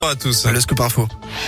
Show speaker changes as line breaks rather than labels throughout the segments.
Bonjour à tous.
Le scoop info.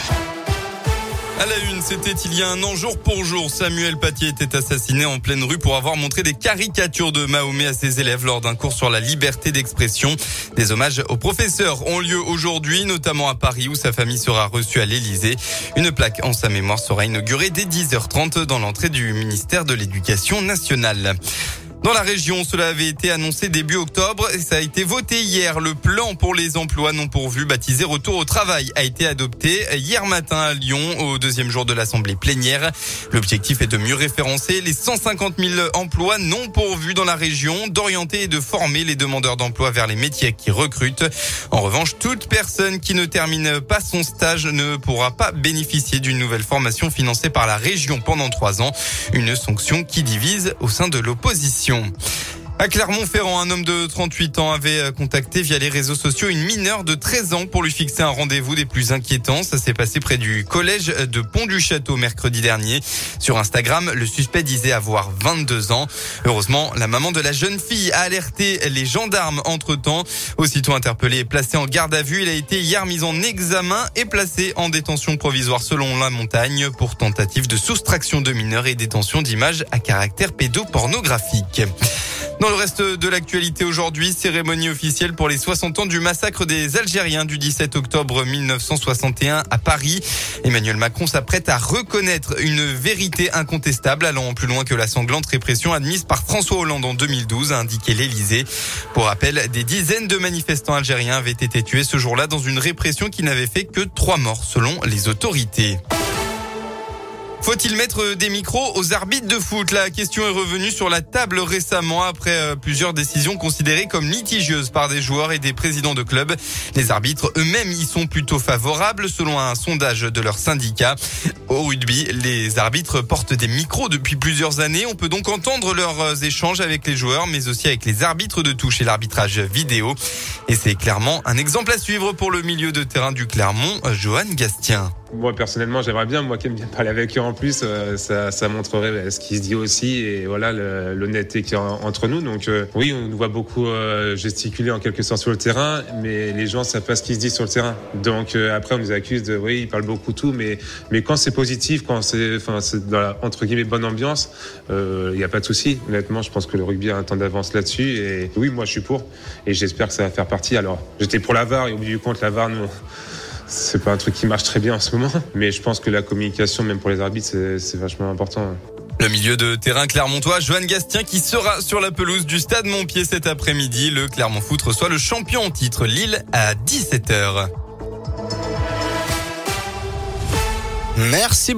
À la une, c'était il y a un an, jour pour jour. Samuel Paty était assassiné en pleine rue pour avoir montré des caricatures de Mahomet à ses élèves lors d'un cours sur la liberté d'expression. Des hommages aux professeurs ont lieu aujourd'hui, notamment à Paris où sa famille sera reçue à l'Élysée. Une plaque en sa mémoire sera inaugurée dès 10h30 dans l'entrée du ministère de l'Éducation nationale. Dans la région, cela avait été annoncé début octobre et ça a été voté hier. Le plan pour les emplois non pourvus, baptisé Retour au travail, a été adopté hier matin à Lyon au deuxième jour de l'assemblée plénière. L'objectif est de mieux référencer les 150 000 emplois non pourvus dans la région, d'orienter et de former les demandeurs d'emploi vers les métiers qui recrutent. En revanche, toute personne qui ne termine pas son stage ne pourra pas bénéficier d'une nouvelle formation financée par la région pendant 3 ans. Une sanction qui divise au sein de l'opposition. À Clermont-Ferrand, un homme de 38 ans avait contacté via les réseaux sociaux une mineure de 13 ans pour lui fixer un rendez-vous des plus inquiétants. Ça s'est passé près du collège de Pont-du-Château mercredi dernier. Sur Instagram, le suspect disait avoir 22 ans. Heureusement, la maman de la jeune fille a alerté les gendarmes entre-temps. Aussitôt interpellé et placé en garde à vue, il a été hier mis en examen et placé en détention provisoire selon La Montagne pour tentative de soustraction de mineurs et détention d'images à caractère pédopornographique. Dans le reste de l'actualité aujourd'hui, cérémonie officielle pour les 60 ans du massacre des Algériens du 17 octobre 1961 à Paris. Emmanuel Macron s'apprête à reconnaître une vérité incontestable allant plus loin que la sanglante répression admise par François Hollande en 2012, a indiqué l'Élysée. Pour rappel, des dizaines de manifestants algériens avaient été tués ce jour-là dans une répression qui n'avait fait que 3 morts selon les autorités. Faut-il mettre des micros aux arbitres de foot? La question est revenue sur la table récemment après plusieurs décisions considérées comme litigieuses par des joueurs et des présidents de clubs. Les arbitres eux-mêmes y sont plutôt favorables selon un sondage de leur syndicat. Au rugby, les arbitres portent des micros depuis plusieurs années. On peut donc entendre leurs échanges avec les joueurs mais aussi avec les arbitres de touche et l'arbitrage vidéo. Et c'est clairement un exemple à suivre pour le milieu de terrain du Clermont, Johan Gastien.
Moi personnellement j'aimerais bien, moi qui aime bien parler avec eux en plus, ça montrerait ce qui se dit aussi et voilà l'honnêteté qu'il y a entre nous. Donc oui, on nous voit beaucoup gesticuler en quelque sorte sur le terrain, mais les gens savent pas ce qui se dit sur le terrain. Donc après on nous accuse de oui ils parlent beaucoup tout, mais quand c'est positif, quand c'est dans la entre guillemets bonne ambiance, il y a pas de souci. Honnêtement, je pense que le rugby a un temps d'avance là-dessus et oui moi je suis pour et j'espère que ça va faire partie. Alors j'étais pour la VAR et au bout du compte la VAR nous c'est pas un truc qui marche très bien en ce moment, mais je pense que la communication, même pour les arbitres, c'est vachement important.
Le milieu de terrain clermontois, Johan Gastien, qui sera sur la pelouse du Stade Montpied cet après-midi. Le Clermont Foot reçoit le champion en titre Lille à 17h.
Merci.